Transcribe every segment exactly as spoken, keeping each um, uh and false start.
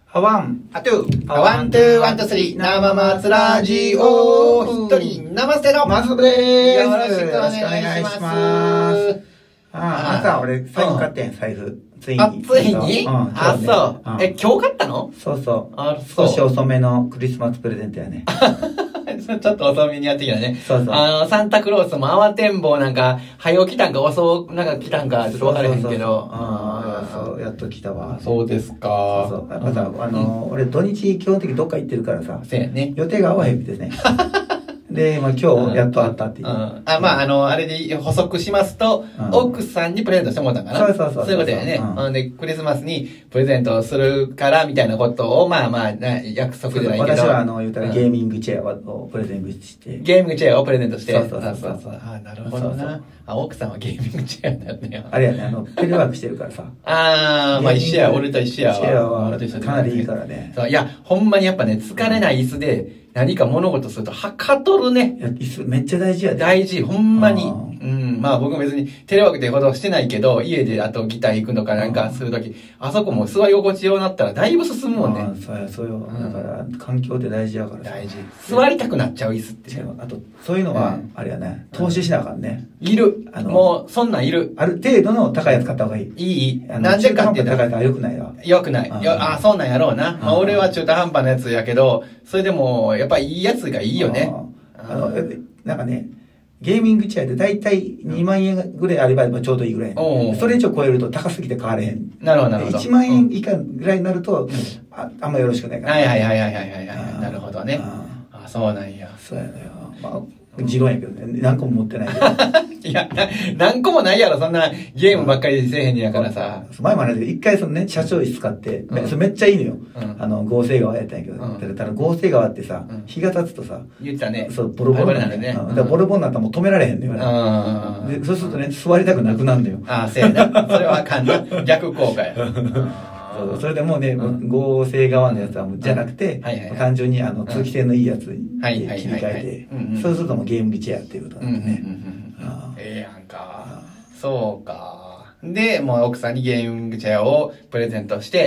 あワン、 あトゥー、ワン、ツー、ワン、ツー、スリー、生松ラジオ、一人、生捨ての、 マスでーす。 よろしくお願いします。 ああ、朝俺、財布買ってん、財布。ついに。 あ、ついにうん、 あ、そう。え、今日買ったの？ そうそう。 あ、そう。 少し遅めのクリスマスプレゼントやね。 ちょっと遅めにやってきたね。 そうそう。 あの、サンタクロースも慌てんぼうなんか、早起きたんか遅くなんか来たんか、ちょっと分からへんけど。 ああ、そう、やっと来たわ。 そうですか。 そうそう。やっぱさ、あの、俺土日基本的にどっか行ってるからさ。 そうやね。 予定が合わへんですね。で、まあ今日やっと会ったっていう。 あ、まあ、あの、あれで補足しますと、奥さんにプレゼントしてもらったんかな。 そうそうそう。 そういうことやね。うん。で、クリスマスにプレゼントするから、みたいなことを、まあまあ、約束じゃないけど。 私は、あの、言うたらゲーミングチェアをプレゼントして。 ゲーミングチェアをプレゼントして。 そうそうそうそう。 あ、なるほどな。あ、奥さんはゲーミングチェアになるね。 あれやね、あの、テレワークしてるからさ。 あー、まあ一緒や、俺と一緒やわ。 一緒やわ。かなりいいからね。 そう、いや、ほんまにやっぱね、疲れない椅子で、何か物事すると、はかどるね。 いや、椅子めっちゃ大事やで。 大事、ほんまに。うん。まあ僕も別にテレワークってほどしてないけど、家であとギター行くのかなんかするとき、あそこも座り心地ようなったらだいぶ進むもんね。 そうや、そうよ。だから、環境って大事やから。 大事。座りたくなっちゃう椅子って。 あと、そういうのは、あれやね、投資しなあかんね。 いる。もう、そんなんいる。 ある程度の高いやつ買った方がいい。 いい。なんでかって言ったら。 高いやつは良くないわ。 良くない。あ、そうなんやろうな。まあ俺は中途半端なやつやけど、それでも、やっぱいいやつがいいよね。 あの、なんかね、ゲーミングチェアでだいたいにまんえんぐらいあればちょうどいいぐらい。それ以上超えると高すぎて買われへん。 なるほど、なるほど。 いちまんえん以下ぐらいになると、あ, あんまよろしくないから。 はいはいはいはいはいはい。なるほどね。あ、そうなんや。 そうやのよ。まあ持論やけどね。何個も持ってないけど。 いや、何個もないやろ、そんなゲームばっかりせえへんねやからさ。 前も話して一回そのね、社長室使って、それめっちゃいいのよ。あの、合成川やったんやけど。ただ合成川ってさ、日が経つとさ、 言ってたね。 そう、ボロボロになるね。だからボロボロになったらもう止められへんのよ。で、そうするとね、座りたくなくなるのよ。 ああ、せやな。それはあかんな。逆効果や。 それでもうね、合成側のやつはじゃなくて、単純にあの通気性のいいやつに切り替えて、そうするともうゲームチェアっていうことなんでね。 ええやんか。そうか。で、もう奥さんにゲームチェアをプレゼントして、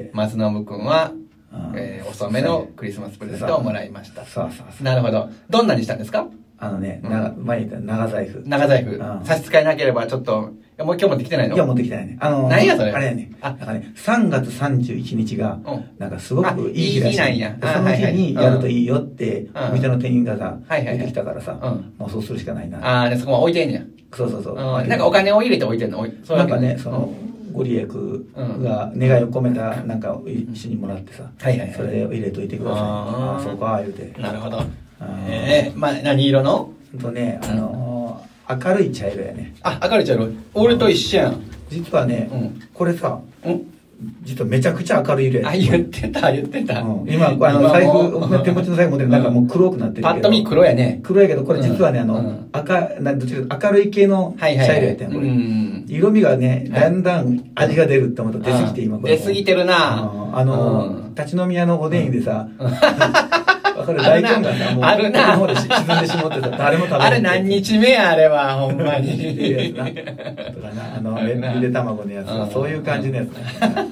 松信くんは、えー、遅めのクリスマスプレゼントをもらいました。 そうそうそう。 なるほど。どんなにしたんですか？ あのね、前言った長財布。 長財布。差し支えなければちょっと、もう今日持ってきてないの？ いや、持ってきてないね。あの、 何やそれ？ あれやね。あ、なんかね、さんがつさんじゅういちにちが、なんかすごくいい日らしい。いい日なんや。その日にやるといいよって、お店の店員がさ、出てきたからさ、もうそうするしかないな。 ああ、で、そこも置いてんねや。 そうそうそう。 なんかお金を入れて置いてんの？ なんかね、その、ご利益が願いを込めたなんかを一緒にもらってさ、それを入れといてください。ああ、そうか、言うて。 なるほど。ええ、まあ、何色の？ とね、あの、明るい茶色やね。 あ、明るい茶色。俺と一緒やん。 実はね、これさ、実はめちゃくちゃ明るい色や。 あ、言ってた、言ってた。 今、あの、財布、手持ちの財布持ってるなんかもう黒くなってるけど。 パッと見黒やね。 黒やけど、これ実はね、あの、赤、なんどっちか明るい系の茶色やったんこれ。色味がね、だんだん味が出るって思ったら出すぎて今これ。 出すぎてるな。 あの、立ち飲み屋のおでんでさ、わかる大根がさ、もう、 あるな。 の方で沈んでしまってさ、誰も食べない。 あれ何日目や、あれは、ほんまに。 とかな、あの、ゆで卵のやつそういう感じのやつね。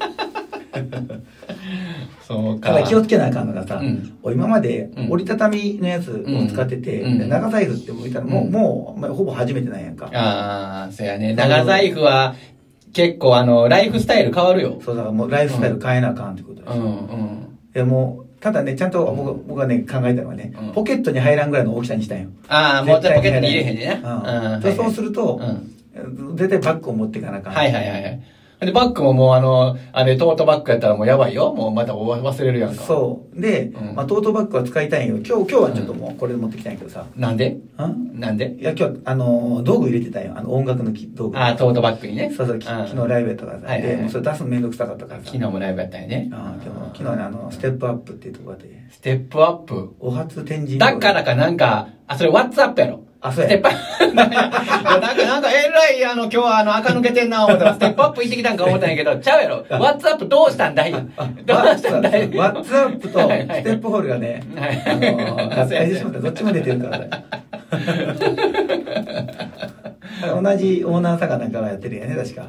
そうか。 ただ気をつけなあかんのがさ、今まで折りたたみのやつを使ってて、長財布ってもういたらもう、もう、ほぼ初めてなんやんか。 ああ、そうやね。長財布は、結構あの、ライフスタイル変わるよ。 そう、だからもうライフスタイル変えなあかんってことです。うんうん。でも、ただね、ちゃんと僕僕がね、考えたのはね、ポケットに入らんぐらいの大きさにしたんよ。 ああ、もうちょっとポケットに入れへんねな。 そうすると、絶対バッグを持っていかなあかん。 はいはいはい。で、バッグももうあの、あれ、トートバッグやったらもうやばいよ。もうまた忘れるやんか。 そう。で、まあトートバッグは使いたいんやけど、今日、今日はちょっともうこれ持ってきたんやけどさ。 なんでなんでいや、今日、あの、道具入れてたんよ。あの、音楽の道具。 ああ、トートバッグにね。 そうそう、昨日ライブやったからさ。で、もうそれ出すのめんどくさかったからさ。 昨日もライブやったんやね。 ああ、昨日ね、あの、ステップアップっていうとこがあって。 ステップアップお初展示。 だからかなんか、あ、それワッツアップやろ。 あ、そうや。 ステップアップ。なんか、なんか、えらい、あの、今日はあの、赤抜けてんな思ったら、ステップアップ行ってきたんか思ったんやけど、ちゃうやろ。ワッツアップどうしたんだいどうしたんだいワッツアップとステップホールがね、あの、合体してしまったらどっちも出てるからね。同じオーナーさんがなんかがやってるんやね、確か。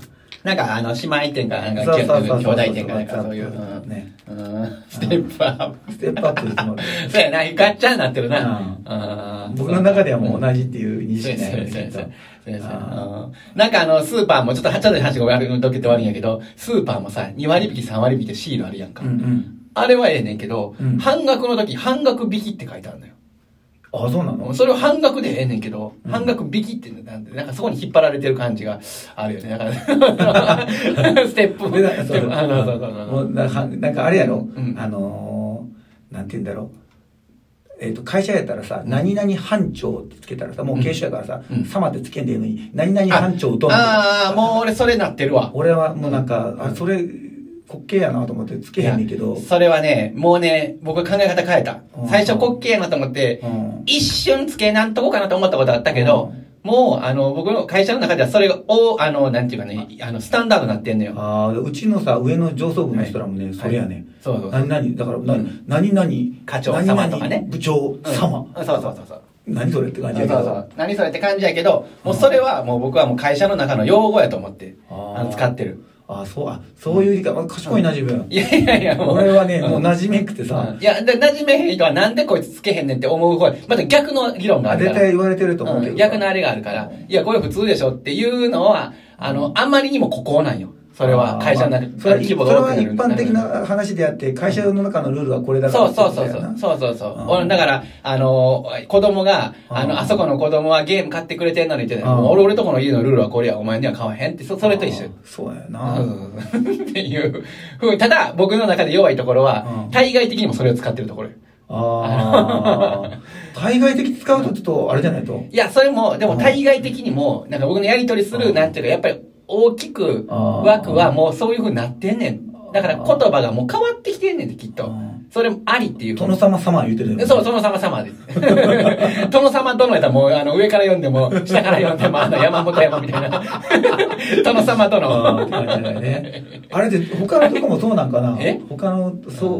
なんかあの、姉妹店か、なんか、兄弟店か、なんかそういう。ね。ステップアップ。 ステップアップですもんね。 そうやな、ガッチャになってるな。 僕の中ではもう同じっていう認識ないですけど。なんかあの、スーパーも、ちょっとはちゃで話が悪いとけて悪いんやけど、スーパーもさ、に割引きさん割引きでシールあるやんか。あれはええねんけど、半額の時、半額引きって書いてあるのよ。 あ、そうなの？ それを半額でええねんけど、うん、半額引きってなんで、なんかそこに引っ張られてる感じがあるよね。だから、ステップ。ステップ。あの、そうそうそう。 なんかあれやろ、うん、あのー、なんて言うんだろう。えっ、ー、と、会社やったらさ、うん、何々班長ってつけたらさ、もう研修やからさ、うん、様ってつけんでええのに、何々班長と。 ああ、もう俺それなってるわ。 俺はもうなんか、あ、それ、滑稽やなと思ってつけへんねんけど。 それはね、もうね、僕考え方変えた。最初滑稽やなと思って、うん、一瞬つけなんとこかなと思ったことあったけど、うん、もう、あの、僕の会社の中ではそれが、お、あの、なんていうかね、あの、スタンダードになってんのよ。 ああ、うちのさ、上の上層部の人らもね、はい、それやね。 そうそうそう。 何々、だから、な、うん、何々、 課長様とかね。 部長様。 うん、そうそうそうそう。 何それって感じやけど。 そうそうそう。何それって感じやけど、もうそれはもう僕はもう会社の中の用語やと思って、あの、使ってる。 ああ、そう、あ、そういう理解、賢いな、自分。 いやいやいや、 もう。俺はね、もう馴染めんくてさ。 いや、馴染めへん人はなんでこいつつけへんねんって思う方、また逆の議論があるから。 絶対言われてると思うけど。 逆のあれがあるから、いや、これ普通でしょっていうのは、あの、あんまりにもここなんよ。それは会社の中で。 それは規模が大きくなる。それは一般的な話であって、会社の中のルールはこれだから。 そうそうそうそう。そうそうそう。俺、だから、あの、子供が、あの、あそこの子供はゲーム買ってくれてんのにって、俺、俺とこの家のルールはこれや、お前には買わへんって、それと一緒。 そうやな。 っていうふうに、ただ、僕の中で弱いところは、対外的にもそれを使ってるところ。 ああ。対外的に使うとちょっと、あれじゃないと。 いや、それも、でも対外的にも、なんか僕のやり取りする、なんていうか、やっぱり、大きく枠はもうそういう風になってんねん。だから言葉がもう変わってきてんねんってきっと。それもありっていう。 殿様様言うてる、 ね。そう、殿様様です。殿様殿やったらもうあの上から読んでも、下から読んでもあの山本山みたいな。殿様殿。 あれで他のとこもそうなんかな。え他の、そう、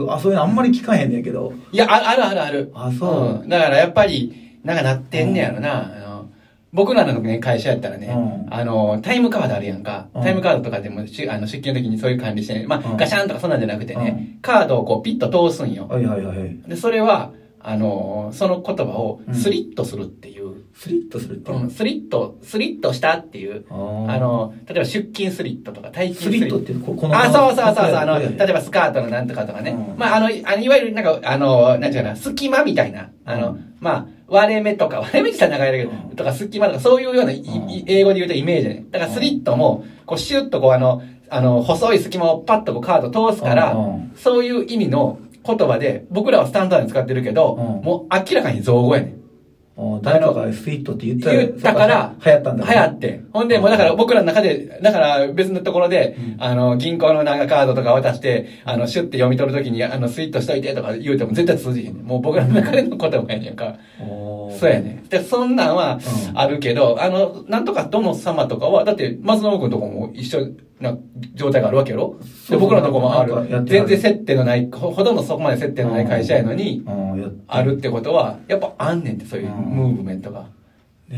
あ、そういうのあんまり聞かへんねんけど。 いや、あるあるある。 あ、そう。 だからやっぱり、なんかなってんねやろな。僕らのね、会社やったらね、うん、あの、タイムカードあるやんか。うん、タイムカードとかでも、しあの出勤の時にそういう管理してね、まあ、うん、ガシャンとかそんなんじゃなくてね、うん、カードをこうピッと通すんよ。 はいはいはい。 で、それは、あの、その言葉をスリットするっていう。うん、 スリットするっていう、 うん、スリット、スリットしたっていう。あの、例えば出勤スリットとか、退勤スリット。 スリットってこの、 あ、そうそうそうそう、あの、例えばスカートのなんとかとかね。うん、まあ、あの、あの、いわゆるなんか、あの、なんていうかな、隙間みたいな。あの、うん、まあ、割れ目とか、割れ目って言ったら長いだけど、とか隙間とか、そういうような、英語で言うとイメージね。だからスリットも、こう、シュッとこう、あの、あの、細い隙間をパッとこうカード通すから、そういう意味の言葉で、僕らはスタンダードに使ってるけど、もう明らかに造語やねん。 誰かがスイットって言った言ったから、 流行ったんだ、 ね。流行って。ほんで、もうだから僕らの中で、だから別のところで、うん、あの、銀行のなんかカードとか渡して、あの、シュッて読み取るときに、あの、スイットしといてとか言うても絶対通じへんねん。もう僕らの中での言葉やねんか。そうやねん。で、そんなんはあるけど、うん、あの、なんとかどの様とかは、だって松信君とこも一緒な状態があるわけやろ。で、僕らのとこもある。全然接点のない、ほとんどそこまで接点のない会社やのに、あるってことは、やっぱあんねんって、そういうムーブメントが。 ねえ、うん、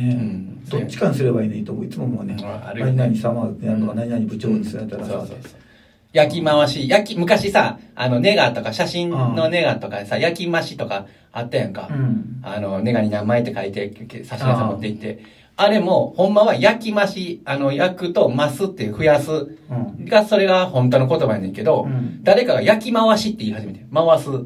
どっちかにすればいいねといつももうね、何々様ってやるとか、何々部長にするんだったらさ、そうそうそう、 焼き回し、焼き、昔さ、あの、ネガとか、写真のネガとかさ、焼き増しとかあったやんか。うん、あの、ネガに何枚って書いて、差し出さ持っていって。あれも、ほんまは焼き増し、あの、焼くと増すって増やすが、それが本当の言葉やねんけど、うん、誰かが焼き回しって言い始めて、回す。うんうん、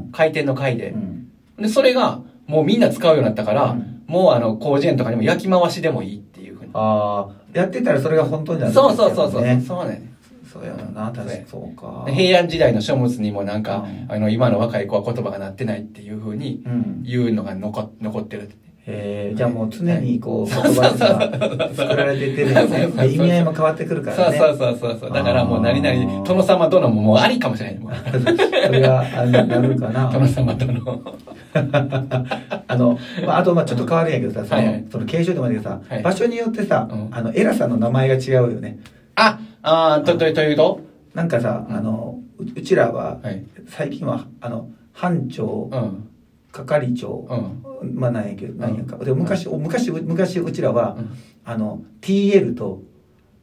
回転の回で、うん。で、それが、もうみんな使うようになったから、うん、もうあの、広辞苑とかにも焼き回しでもいいっていうふうに。 ああ、やってたらそれが本当になる、ね。 そうそうそうそう。そうね。 そうやな、確かにそうか。 平安時代の書物にもなんか、うん、あの、今の若い子は言葉がなってないっていうふうに、言うのが残、残ってる。 えー、じゃあもう常にこう、言葉が作られていってるよね。意味合いも変わってくるからね。 そうそうそうそう。だからもう何々、殿様殿ももうありかもしれない。 それが、あの、なるかな。 殿様殿。 あの、まあ、あと、まあちょっと変わるんやけどさ、その、その継承でもあるけどさ、場所によってさ、あの、偉さの名前が違うよね。 あ、あと、と、というとなんかさ、あの、うちらは、最近は、あの、班長、係長、うん、まあなんやけど、なんやか。で、昔、うん、昔、昔うちらは、うん、あの、ティーエル と、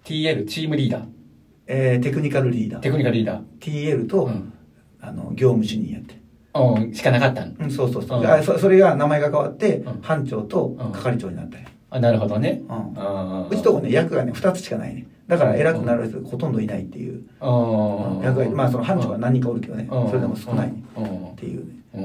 ティーエル、チームリーダー。 えー、テクニカルリーダー。 テクニカルリーダー。 ティーエル と、うん、あの、業務主任やって。 うん、しかなかったん。 うん、そうそうそう。うん、あそそれが名前が変わって、うん、班長と係長になったよ。 あ、なるほどね。 うん。うちとこね、役がね、二つしかないね。だから偉くなる人ほとんどいないっていう。役が、まあその班長は何人かおるけどね、それでも少ないっていうね。 うん。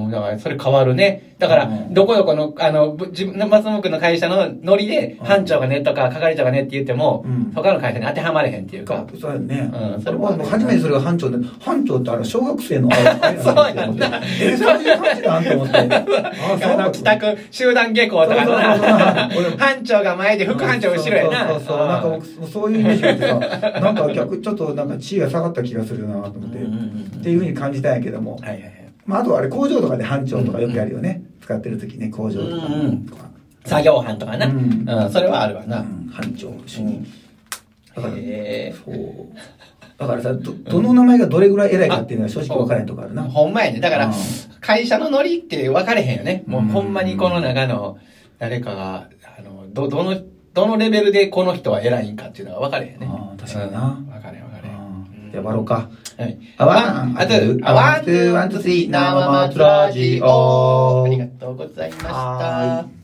だからそれ変わるね。だから、どこどこの、あの、自分の松本君の会社のノリで、班長がねとか係長がねって言っても、他の会社に当てはまれへんっていうか。 そうやね。うん。それも初めてそれが班長で、班長ってあれ小学生のあれそうなんだ。 え、そういう感じなんと思って。 あの、帰宅、集団下校とかな。班長が前で副班長後ろやな。 そうそう。なんか僕、そういうイメージがあってさ、なんか逆、ちょっとなんか地位が下がった気がするなと思って、っていうふうに感じたんやけども。はいはいはい。まあ、あとはあれ工場とかで班長とかよくやるよね。使ってる時ね、工場とか。 作業班とかな。うん。それはあるわな。 班長主任。だから、そう。だからさ、ど、どの名前がどれぐらい偉いかっていうのは正直分からへんとこあるな。 ほんまやね。だから、会社のノリって分かれへんよね。もうほんまにこの中の誰かが、あの、ど、どの、どのレベルでこの人は偉いんかっていうのが分かれへんね。 ああ、確かにな。 分かれへん分かれへん。 じゃあ、終わろうか。 はい。 あワン、あツー、あワン、ツー、ワン、ツー、スリー、生松ラジオ。 ありがとうございました。